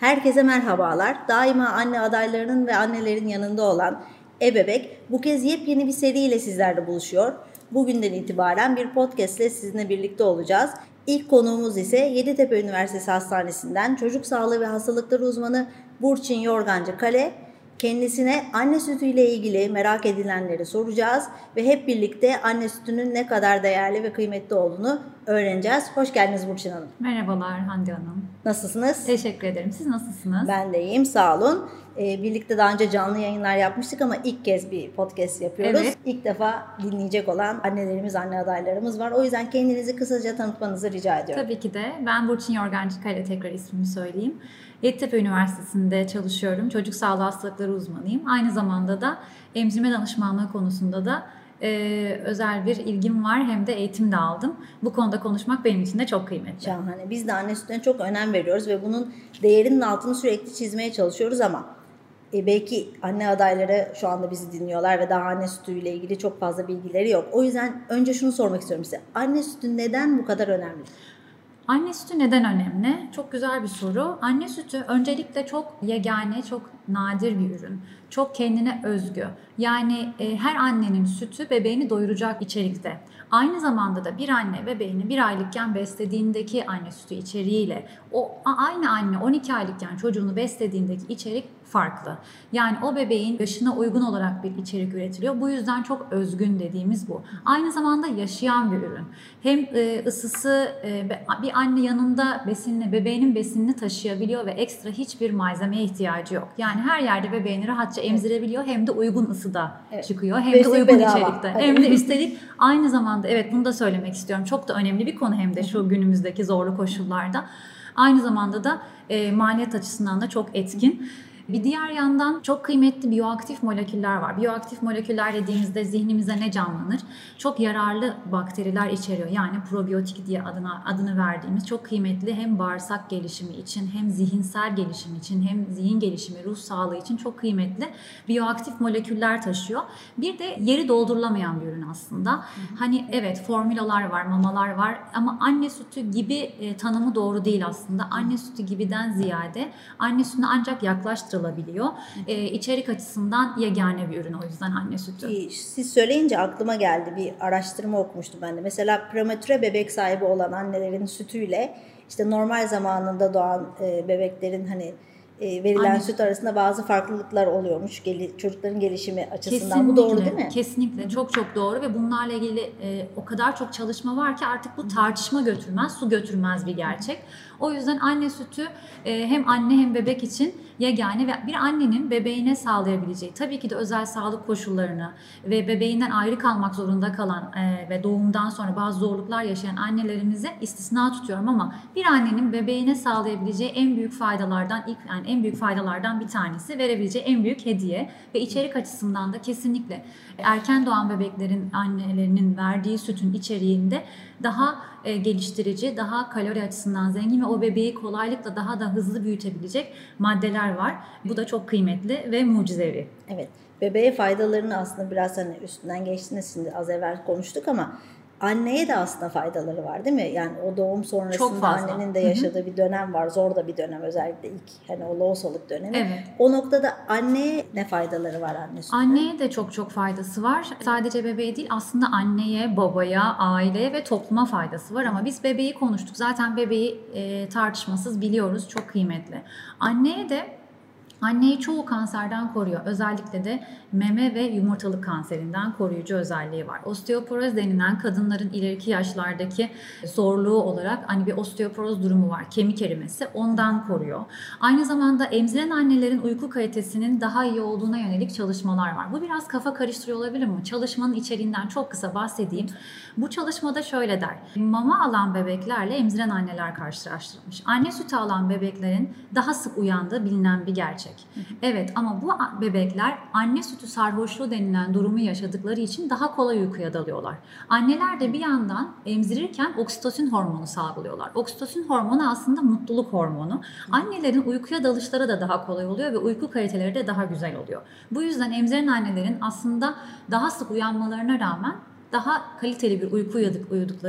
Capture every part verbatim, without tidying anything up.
Herkese merhabalar. Daima anne adaylarının ve annelerin yanında olan eBebek bu kez yepyeni bir seriyle sizlerle buluşuyor. Bugünden itibaren bir podcast ile sizinle birlikte olacağız. İlk konuğumuz ise Yeditepe Üniversitesi Hastanesi'nden çocuk sağlığı ve hastalıkları uzmanı Burçin Yorgancı Kale. Kendisine anne sütü ile ilgili merak edilenleri soracağız ve hep birlikte anne sütünün ne kadar değerli ve kıymetli olduğunu öğreneceğiz. Hoş geldiniz Burçin Hanım. Merhabalar Hande Hanım. Nasılsınız? Teşekkür ederim. Siz nasılsınız? Ben de iyiyim, sağ olun. Ee, birlikte daha önce canlı yayınlar yapmıştık ama ilk kez bir podcast yapıyoruz. Evet. İlk defa dinleyecek olan annelerimiz, anne adaylarımız var. O yüzden kendinizi kısaca tanıtmanızı rica ediyorum. Tabii ki de. Ben Burçin Yorgancı Kale, tekrar ismimi söyleyeyim. Yeditepe Üniversitesi'nde çalışıyorum. Çocuk sağlığı hastalıkları uzmanıyım. Aynı zamanda da emzirme danışmanlığı konusunda da e, özel bir ilgim var. Hem de eğitim de aldım. Bu konuda konuşmak benim için de çok kıymetli. Şahane. Biz de anne sütüne çok önem veriyoruz ve bunun değerinin altını sürekli çizmeye çalışıyoruz ama e, belki anne adayları şu anda bizi dinliyorlar ve daha anne sütüyle ilgili çok fazla bilgileri yok. O yüzden önce şunu sormak istiyorum size. Anne sütü neden bu kadar önemli? Anne sütü neden önemli? Çok güzel bir soru. Anne sütü öncelikle çok yegane, çok nadir bir ürün. Çok kendine özgü. Yani e, her annenin sütü bebeğini doyuracak içerikte. Aynı zamanda da bir anne bebeğini bir aylıkken beslediğindeki anne sütü içeriğiyle o aynı anne on iki aylıkken çocuğunu beslediğindeki içerik farklı. Yani o bebeğin yaşına uygun olarak bir içerik üretiliyor. Bu yüzden çok özgün dediğimiz bu. Aynı zamanda yaşayan bir ürün. Hem e, ısısı e, bir anne yanında besinini, bebeğinin besinini taşıyabiliyor ve ekstra hiçbir malzemeye ihtiyacı yok. Yani her yerde bebeğini rahatça emzirebiliyor. Hem de uygun ısıda evet. çıkıyor. Hem Besin de uygun bedava. içerikte. Hadi. Hem de üstelik aynı zamanda evet bunu da söylemek istiyorum. Çok da önemli bir konu hem de şu günümüzdeki zorlu koşullarda. Aynı zamanda da e, maliyet açısından da çok etkin. Bir diğer yandan çok kıymetli biyoaktif moleküller var. Biyoaktif moleküller dediğimizde zihnimize ne canlanır? Çok yararlı bakteriler içeriyor. Yani probiyotik diye adına adını verdiğimiz çok kıymetli hem bağırsak gelişimi için hem zihinsel gelişim için hem zihin gelişimi, ruh sağlığı için çok kıymetli biyoaktif moleküller taşıyor. Bir de yeri doldurulamayan bir ürün aslında. Hı hı. Hani evet formülalar var, mamalar var ama anne sütü gibi e, tanımı doğru değil aslında. Anne sütü gibiden ziyade anne sütüne ancak yaklaştırılabiliyor. Ee, içerik açısından yegane bir ürün o yüzden anne sütü. Siz söyleyince aklıma geldi, bir araştırma okumuştum ben de. Mesela prematüre bebek sahibi olan annelerin sütüyle işte normal zamanında doğan e, bebeklerin hani e, verilen Anne. süt arasında bazı farklılıklar oluyormuş gel- çocukların gelişimi açısından. Kesinlikle, bu doğru değil mi? Kesinlikle çok çok doğru ve bunlarla ilgili e, o kadar çok çalışma var ki artık bu tartışma götürmez, su götürmez bir gerçek. O yüzden anne sütü e, hem anne hem bebek için yegane ve bir annenin bebeğine sağlayabileceği tabii ki de özel sağlık koşullarını ve bebeğinden ayrı kalmak zorunda kalan e, ve doğumdan sonra bazı zorluklar yaşayan annelerimizi istisna tutuyorum ama bir annenin bebeğine sağlayabileceği en büyük faydalardan ilk yani en büyük faydalardan bir tanesi verebileceği en büyük hediye ve içerik açısından da kesinlikle erken doğan bebeklerin annelerinin verdiği sütün içeriğinde daha e, geliştirici, daha kalori açısından zengin ve o bebeği kolaylıkla daha da hızlı büyütebilecek maddeler var. Bu da çok kıymetli ve mucizevi. Evet. Bebeğe faydalarını aslında biraz hani üstünden geçtiniz, şimdi az evvel konuştuk ama anneye de aslında faydaları var değil mi? Yani o doğum sonrasında annenin de yaşadığı Hı-hı. bir dönem var. Zor da bir dönem, özellikle ilk hani o lohusalık dönemi. Evet. O noktada anneye ne faydaları var anne sütünün? Anneye de çok çok faydası var. Sadece bebeğe değil aslında anneye, babaya, aileye ve topluma faydası var ama biz bebeği konuştuk. Zaten bebeği e, tartışmasız biliyoruz. Çok kıymetli. Anneye de Anneyi çoğu kanserden koruyor. Özellikle de meme ve yumurtalık kanserinden koruyucu özelliği var. Osteoporoz denilen kadınların ileriki yaşlardaki zorluğu olarak hani bir osteoporoz durumu var. Kemik erimesi ondan koruyor. Aynı zamanda emziren annelerin uyku kalitesinin daha iyi olduğuna yönelik çalışmalar var. Bu biraz kafa karıştırıyor olabilir mi? Çalışmanın içeriğinden çok kısa bahsedeyim. Bu çalışmada şöyle der. Mama alan bebeklerle emziren anneler karşılaştırılmış. Anne sütü alan bebeklerin daha sık uyandığı bilinen bir gerçek. Evet ama bu bebekler anne sütü sarhoşluğu denilen durumu yaşadıkları için daha kolay uykuya dalıyorlar. Anneler de bir yandan emzirirken oksitosin hormonu salgılıyorlar. Oksitosin hormonu aslında mutluluk hormonu. Annelerin uykuya dalışları da daha kolay oluyor ve uyku kaliteleri de daha güzel oluyor. Bu yüzden emziren annelerin aslında daha sık uyanmalarına rağmen daha kaliteli bir uyku uyudukları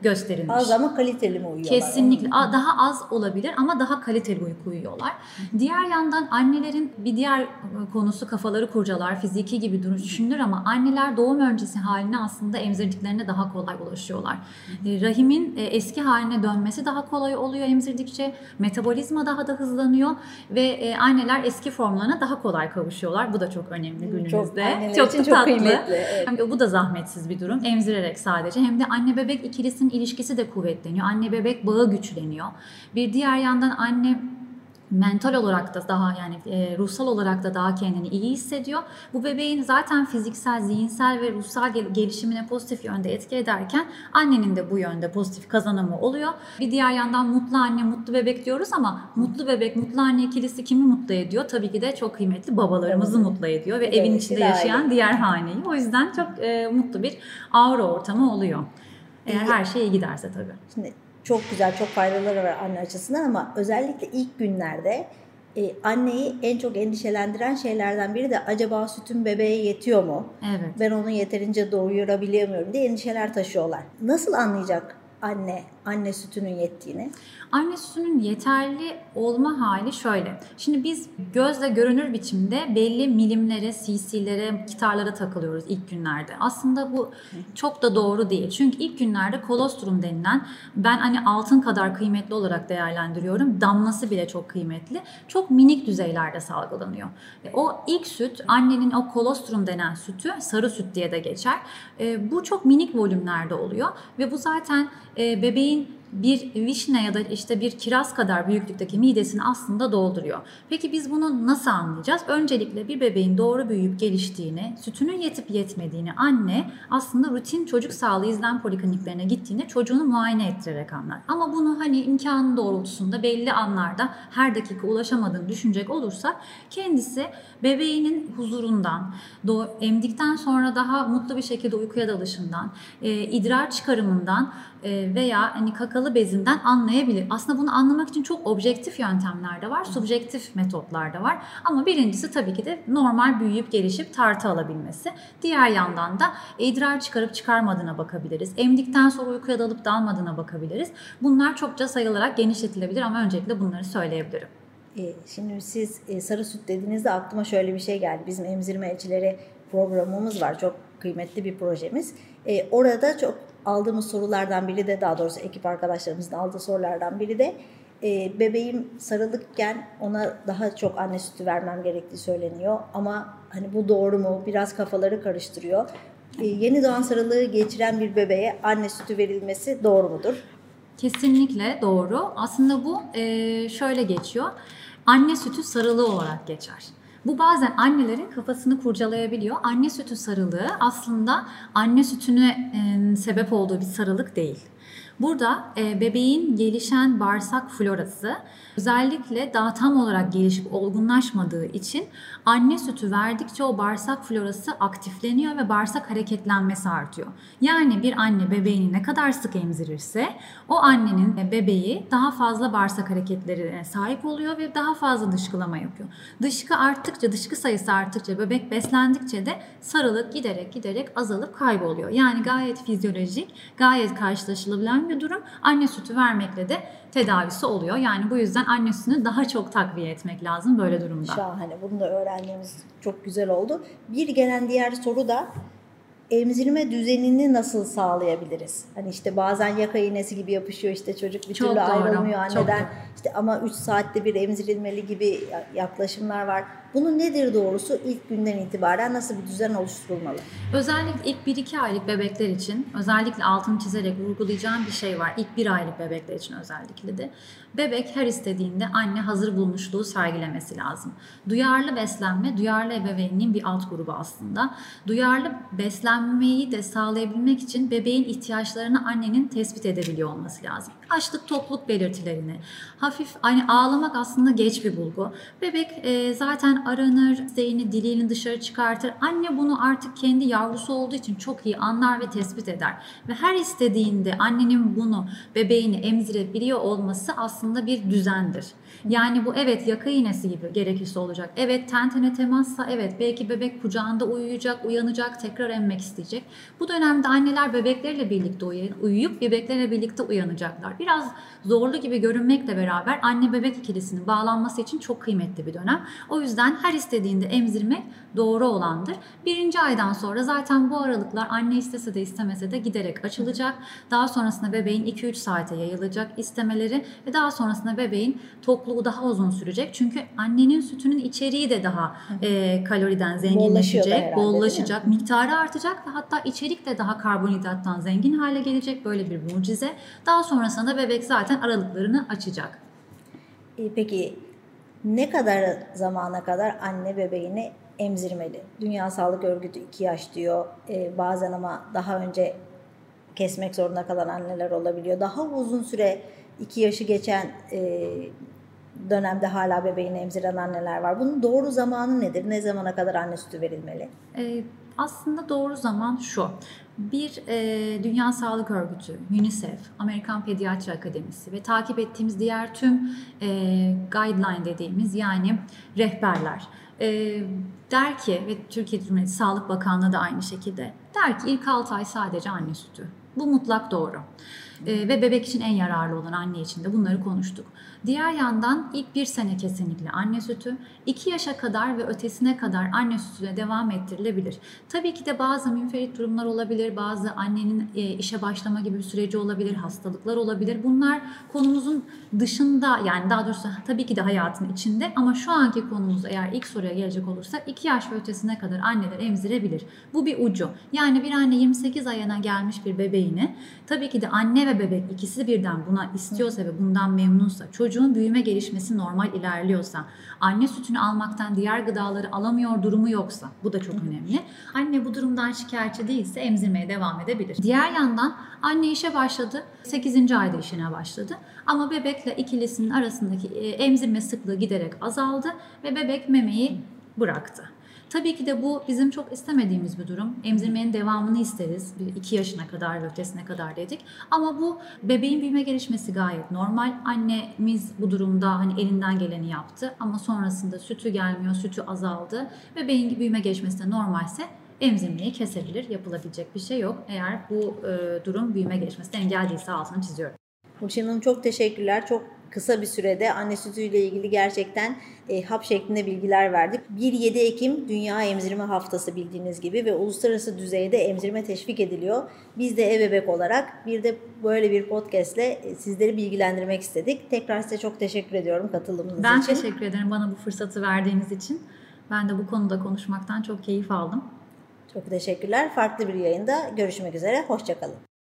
gösterilmiş. Az ama kaliteli mi uyuyorlar? Kesinlikle. Onun? Daha az olabilir ama daha kaliteli uyku uyuyorlar. Diğer yandan annelerin bir diğer konusu kafaları kurcalar, fiziki gibi düşünülür ama anneler doğum öncesi haline aslında emzirdiklerine daha kolay ulaşıyorlar. Rahimin eski haline dönmesi daha kolay oluyor emzirdikçe. Metabolizma daha da hızlanıyor ve anneler eski formlarına daha kolay kavuşuyorlar. Bu da çok önemli günümüzde. Çok, anneler çok için da çok tatlı. kıymetli. Evet. Hem bu da zahmetsiz bir durum. Emzirerek sadece. Hem de anne bebek ikilisinin ilişkisi de kuvvetleniyor. Anne bebek bağı güçleniyor. Bir diğer yandan anne mental olarak da daha yani e, ruhsal olarak da daha kendini iyi hissediyor. Bu bebeğin zaten fiziksel, zihinsel ve ruhsal gel- gelişimine pozitif yönde etki ederken annenin de bu yönde pozitif kazanımı oluyor. Bir diğer yandan mutlu anne, mutlu bebek diyoruz ama mutlu bebek, mutlu anne ikilisi kimi mutlu ediyor? Tabii ki de çok kıymetli babalarımızı evet. mutlu ediyor ve evet, evin içinde yaşayan aile. Diğer haneyi. O yüzden çok e, mutlu bir aura ortamı oluyor. Eğer her şey iyi giderse tabii. Şimdi çok güzel, çok faydaları var anne açısından ama özellikle ilk günlerde e, anneyi en çok endişelendiren şeylerden biri de acaba sütüm bebeğe yetiyor mu? Evet. Ben onu yeterince doyurabilemiyorum diye endişeler taşıyorlar. Nasıl anlayacak anne, anne sütünün yettiğini? Anne sütünün yeterli olma hali şöyle. Şimdi biz gözle görünür biçimde belli milimlere, cc'lere, miktarlara takılıyoruz ilk günlerde. Aslında bu çok da doğru değil. Çünkü ilk günlerde kolostrum denilen, ben hani altın kadar kıymetli olarak değerlendiriyorum. Damlası bile çok kıymetli. Çok minik düzeylerde salgılanıyor. O ilk süt, annenin o kolostrum denen sütü, sarı süt diye de geçer. Bu çok minik volümlerde oluyor ve bu zaten bebeğin bir vişne ya da işte bir kiraz kadar büyüklükteki midesini aslında dolduruyor. Peki biz bunu nasıl anlayacağız? Öncelikle bir bebeğin doğru büyüyüp geliştiğini, sütünün yetip yetmediğini anne aslında rutin çocuk sağlığı izlem polikliniklerine gittiğinde çocuğunu muayene ettirerek anlar. Ama bunu hani imkanın doğrultusunda belli anlarda her dakika ulaşamadığını düşünecek olursa kendisi bebeğinin huzurundan, emdikten sonra daha mutlu bir şekilde uykuya dalışından, idrar çıkarımından veya hani kakalı bezinden anlayabilir. Aslında bunu anlamak için çok objektif yöntemler de var, subjektif metotlar da var. Ama birincisi tabii ki de normal büyüyüp gelişip tartı alabilmesi. Diğer yandan da idrar çıkarıp çıkarmadığına bakabiliriz. Emdikten sonra uykuya dalıp dalmadığına bakabiliriz. Bunlar çokça sayılarak genişletilebilir ama öncelikle bunları söyleyebilirim. Şimdi siz sarı süt dediğinizde aklıma şöyle bir şey geldi. Bizim emzirme elçileri programımız var. Çok kıymetli bir projemiz. Orada çok aldığımız sorulardan biri de, daha doğrusu ekip arkadaşlarımızın aldığı sorulardan biri de e, bebeğim sarılıkken ona daha çok anne sütü vermem gerektiği söyleniyor. Ama hani bu doğru mu? Biraz kafaları karıştırıyor. E, yeni doğan sarılığı geçiren bir bebeğe anne sütü verilmesi doğru mudur? Kesinlikle doğru. Aslında bu e, şöyle geçiyor. Anne sütü sarılığı olarak geçer. Bu bazen annelerin kafasını kurcalayabiliyor. Anne sütü sarılığı aslında anne sütüne e, sebep olduğu bir sarılık değil. Burada e, bebeğin gelişen bağırsak florası özellikle daha tam olarak gelişip olgunlaşmadığı için anne sütü verdikçe o bağırsak florası aktifleniyor ve bağırsak hareketlenmesi artıyor. Yani bir anne bebeğini ne kadar sık emzirirse o annenin bebeği daha fazla bağırsak hareketlerine sahip oluyor ve daha fazla dışkılama yapıyor. Dışkı arttıkça, dışkı sayısı arttıkça, bebek beslendikçe de sarılık giderek giderek azalıp kayboluyor. Yani gayet fizyolojik, gayet karşılaşılabilen bir durum. Anne sütü vermekle de tedavisi oluyor. Yani bu yüzden anne sütünü daha çok takviye etmek lazım böyle durumda. Şahane. Bunu da öğrendiğimiz çok güzel oldu. Bir gelen diğer soru da emzirme düzenini nasıl sağlayabiliriz? Hani işte bazen yaka iğnesi gibi yapışıyor, işte çocuk bir çok türlü doğru, ayrılmıyor anneden. Çok işte ama üç saatte bir emzirilmeli gibi yaklaşımlar var. Bunun nedir doğrusu? İlk günden itibaren nasıl bir düzen oluşturulmalı? Özellikle ilk bir iki aylık bebekler için özellikle altını çizerek vurgulayacağım bir şey var. İlk bir aylık bebekler için özellikle de. Bebek her istediğinde anne hazır bulmuşluğu sergilemesi lazım. Duyarlı beslenme, duyarlı ebeveynliğin bir alt grubu aslında. Duyarlı beslenmeyi de sağlayabilmek için bebeğin ihtiyaçlarını annenin tespit edebiliyor olması lazım. Açlık, tokluk belirtilerini, hafif hani ağlamak aslında geç bir bulgu. Bebek e, zaten aranır, isteğini diliyle dışarı çıkartır. Anne bunu artık kendi yavrusu olduğu için çok iyi anlar ve tespit eder. Ve her istediğinde annenin bunu bebeğini emzirebiliyor olması aslında bir düzendir. Yani bu evet yaka iğnesi gibi gerekirse olacak. Evet ten tene temassa, evet belki bebek kucağında uyuyacak, uyanacak, tekrar emmek isteyecek. Bu dönemde anneler bebekleriyle birlikte uyuyup bebeklerle birlikte uyanacaklar. Biraz zorlu gibi görünmekle beraber anne bebek ikilisinin bağlanması için çok kıymetli bir dönem. O yüzden her istediğinde emzirmek doğru olandır. Birinci aydan sonra zaten bu aralıklar anne istese de istemese de giderek açılacak. Daha sonrasında bebeğin iki üç saate yayılacak istemeleri ve daha sonrasında bebeğin tokluğu daha uzun sürecek. Çünkü annenin sütünün içeriği de daha e, kaloriden zenginleşecek, bollaşacak, miktarı artacak ve hatta içerik de daha karbonhidrattan zengin hale gelecek. Böyle bir mucize. Daha sonrasında bebek zaten aralıklarını açacak. Peki ne kadar zamana kadar anne bebeğini emzirmeli? Dünya Sağlık Örgütü iki yaş diyor. Ee, bazen ama daha önce kesmek zorunda kalan anneler olabiliyor. Daha uzun süre iki yaşı geçen e, dönemde hala bebeğini emziren anneler var. Bunun doğru zamanı nedir? Ne zamana kadar anne sütü verilmeli? Ee, aslında doğru zaman şu. Bir e, Dünya Sağlık Örgütü, UNICEF, Amerikan Pediatri Akademisi ve takip ettiğimiz diğer tüm e, guideline dediğimiz yani rehberler e, der ki ve Türkiye Cumhuriyeti Sağlık Bakanlığı da aynı şekilde der ki ilk altı ay sadece anne sütü. Bu mutlak doğru. Ee, ve bebek için en yararlı olan anne için de bunları konuştuk. Diğer yandan ilk bir sene kesinlikle anne sütü, iki yaşa kadar ve ötesine kadar anne sütüne devam ettirilebilir. Tabii ki de bazı münferit durumlar olabilir, bazı annenin e, işe başlama gibi bir süreci olabilir, hastalıklar olabilir. Bunlar konumuzun dışında, yani daha doğrusu tabii ki de hayatın içinde ama şu anki konumuz eğer ilk soruya gelecek olursa iki yaş ve ötesine kadar anneler emzirebilir. Bu bir ucu. Yani bir anne yirmi sekiz ayına gelmiş bir bebeğini tabii ki de anne ve bebek ikisi birden buna istiyorsa ve bundan memnunsa, çocuğun büyüme gelişmesi normal ilerliyorsa, anne sütünü almaktan diğer gıdaları alamıyor durumu yoksa, bu da çok önemli. Anne bu durumdan şikayetçi değilse emzirmeye devam edebilir. Diğer yandan anne işe başladı, sekizinci ayda işine başladı ama bebekle ikilisinin arasındaki emzirme sıklığı giderek azaldı ve bebek memeyi bıraktı. Tabii ki de bu bizim çok istemediğimiz bir durum. Emzirmenin devamını isteriz. iki yaşına kadar ve ötesine kadar dedik. Ama bu bebeğin büyüme gelişmesi gayet normal. Annemiz bu durumda hani elinden geleni yaptı. Ama sonrasında sütü gelmiyor, sütü azaldı. Bebeğin büyüme gelişmesi de normalse emzirmeyi kesebilir. Yapılabilecek bir şey yok. Eğer bu e, durum büyüme gelişmesine engel değilse altını çiziyorum. Burçin Hanım çok teşekkürler. Çok kısa bir sürede anne sütüyle ilgili gerçekten e, hap şeklinde bilgiler verdik. bir yedi Ekim Dünya Emzirme Haftası bildiğiniz gibi ve uluslararası düzeyde emzirme teşvik ediliyor. Biz de eBebek olarak bir de böyle bir podcastle sizleri bilgilendirmek istedik. Tekrar size çok teşekkür ediyorum katılımınız ben için. Ben teşekkür ederim bana bu fırsatı verdiğiniz için. Ben de bu konuda konuşmaktan çok keyif aldım. Çok teşekkürler. Farklı bir yayında görüşmek üzere. Hoşça kalın.